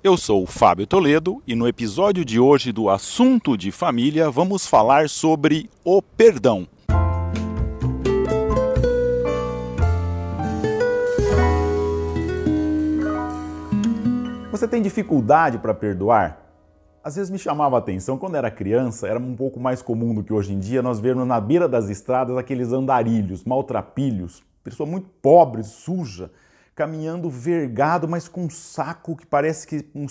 Eu sou o Fábio Toledo e no episódio de hoje do Assunto de Família vamos falar sobre o perdão. Você tem dificuldade para perdoar? Às vezes me chamava a atenção, quando era criança, era um pouco mais comum do que hoje em dia, nós vermos na beira das estradas aqueles andarilhos, maltrapilhos, pessoa muito pobre, suja, caminhando vergado, mas com um saco que parece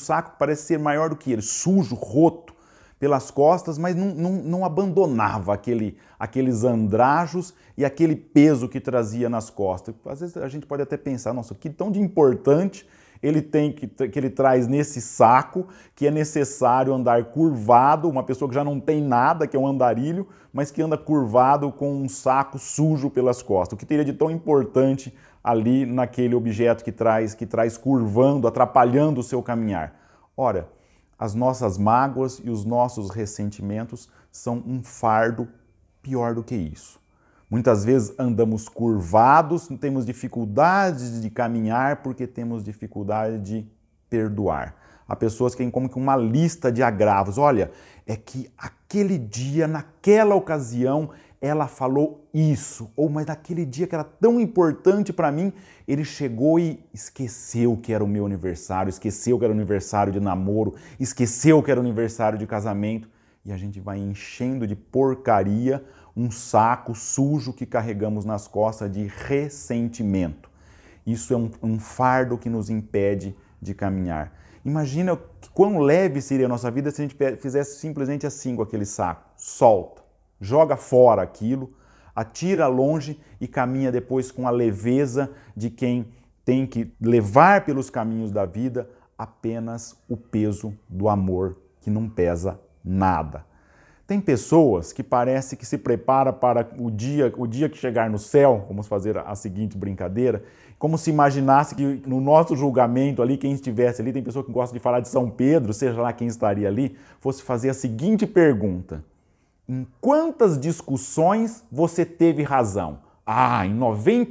ser maior do que ele, sujo, roto pelas costas, mas não abandonava aqueles andrajos e aquele peso que trazia nas costas. Às vezes a gente pode até pensar, nossa, que tão de importante ele tem que ele traz nesse saco, que é necessário andar curvado, uma pessoa que já não tem nada, que é um andarilho, mas que anda curvado com um saco sujo pelas costas. O que teria de tão importante ali naquele objeto que traz curvando, atrapalhando o seu caminhar? Ora, as nossas mágoas e os nossos ressentimentos são um fardo pior do que isso. Muitas vezes andamos curvados, temos dificuldade de caminhar porque temos dificuldade de perdoar. Há pessoas que têm como que uma lista de agravos. Olha, é que aquele dia, naquela ocasião, ela falou isso. Ou, mas naquele dia que era tão importante para mim, ele chegou e esqueceu que era o meu aniversário, esqueceu que era o aniversário de namoro, esqueceu que era o aniversário de casamento. E a gente vai enchendo de porcaria um saco sujo que carregamos nas costas de ressentimento. Isso é um fardo que nos impede de caminhar. Imagina quão leve seria a nossa vida se a gente fizesse simplesmente assim com aquele saco. Solta, joga fora aquilo, atira longe e caminha depois com a leveza de quem tem que levar pelos caminhos da vida apenas o peso do amor que não pesa nada. Tem pessoas que parece que se prepara para o dia que chegar no céu, vamos fazer a seguinte brincadeira, como se imaginasse que no nosso julgamento ali, quem estivesse ali, tem pessoa que gosta de falar de São Pedro, seja lá quem estaria ali, fosse fazer a seguinte pergunta: em quantas discussões você teve razão? Ah, em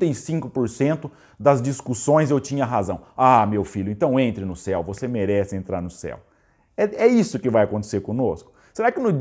95% das discussões eu tinha razão. Ah, meu filho, então entre no céu, você merece entrar no céu. É isso que vai acontecer conosco? Será que num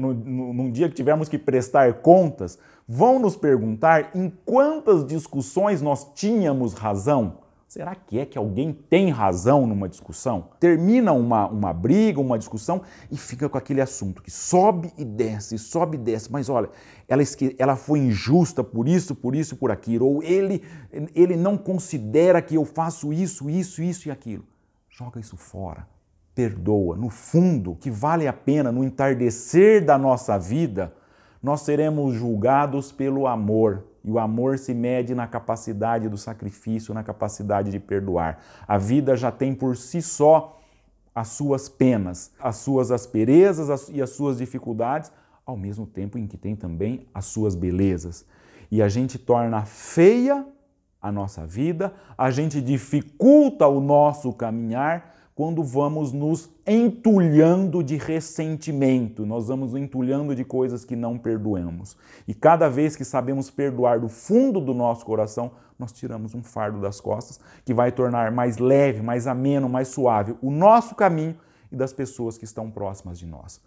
dia que tivermos que prestar contas, vão nos perguntar em quantas discussões nós tínhamos razão? Será que alguém tem razão numa discussão? Termina uma briga, uma discussão e fica com aquele assunto que sobe e desce, mas olha, ela foi injusta por isso, por aquilo, ou ele não considera que eu faço isso e aquilo. Joga isso fora. Perdoa. No fundo, que vale a pena, no entardecer da nossa vida, nós seremos julgados pelo amor. E o amor se mede na capacidade do sacrifício, na capacidade de perdoar. A vida já tem por si só as suas penas, as suas asperezas e as suas dificuldades, ao mesmo tempo em que tem também as suas belezas. E a gente torna feia a nossa vida, a gente dificulta o nosso caminhar, quando vamos nos entulhando de ressentimento, nós vamos entulhando de coisas que não perdoamos. E cada vez que sabemos perdoar do fundo do nosso coração, nós tiramos um fardo das costas que vai tornar mais leve, mais ameno, mais suave o nosso caminho e das pessoas que estão próximas de nós.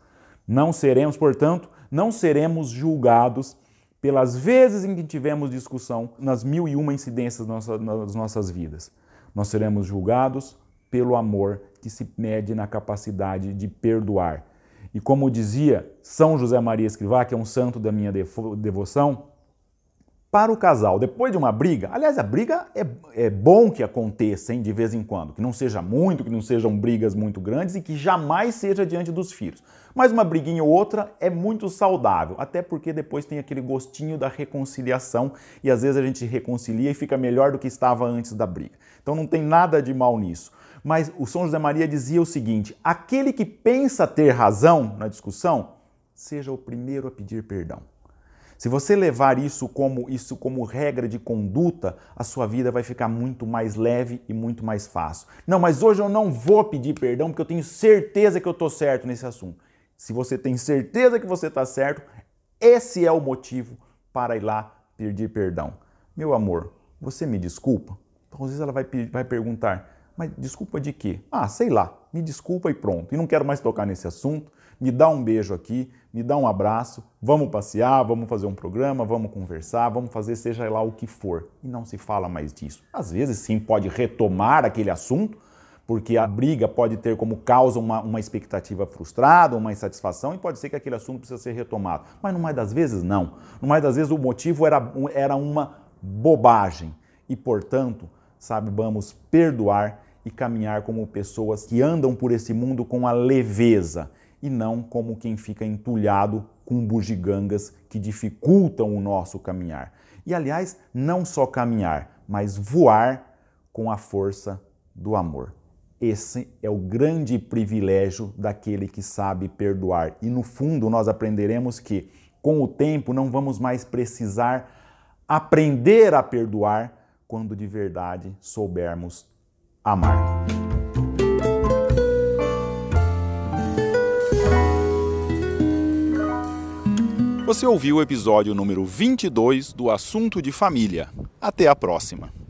Portanto, não seremos julgados pelas vezes em que tivemos discussão nas 1001 incidências das nossas vidas. Nós seremos julgados pelo amor que se mede na capacidade de perdoar. E como dizia São José Maria Escrivá, que é um santo da minha devoção, para o casal, depois de uma briga, aliás, a briga é bom que aconteça, hein, de vez em quando, que não seja muito, que não sejam brigas muito grandes e que jamais seja diante dos filhos. Mas uma briguinha ou outra é muito saudável, até porque depois tem aquele gostinho da reconciliação e às vezes a gente reconcilia e fica melhor do que estava antes da briga. Então não tem nada de mal nisso. Mas o São José Maria dizia o seguinte: aquele que pensa ter razão na discussão, seja o primeiro a pedir perdão. Se você levar isso como regra de conduta, a sua vida vai ficar muito mais leve e muito mais fácil. Não, mas hoje eu não vou pedir perdão porque eu tenho certeza que eu estou certo nesse assunto. Se você tem certeza que você está certo, esse é o motivo para ir lá pedir perdão. Meu amor, você me desculpa? Então, às vezes ela vai perguntar, mas desculpa de quê? Ah, sei lá. me desculpa e pronto. E não quero mais tocar nesse assunto. Me dá um beijo aqui, me dá um abraço, vamos passear, vamos fazer um programa, vamos conversar, vamos fazer seja lá o que for. E não se fala mais disso. Às vezes sim pode retomar aquele assunto, porque a briga pode ter como causa uma expectativa frustrada, uma insatisfação, e pode ser que aquele assunto precisa ser retomado. Mas no mais das vezes, não. No mais das vezes o motivo era uma bobagem. E, portanto, vamos perdoar e caminhar como pessoas que andam por esse mundo com a leveza e não como quem fica entulhado com bugigangas que dificultam o nosso caminhar. E, aliás, não só caminhar, mas voar com a força do amor. Esse é o grande privilégio daquele que sabe perdoar. E, no fundo, nós aprenderemos que, com o tempo, não vamos mais precisar aprender a perdoar quando de verdade soubermos amar. Você ouviu o episódio número 22 do Assunto de Família. Até a próxima!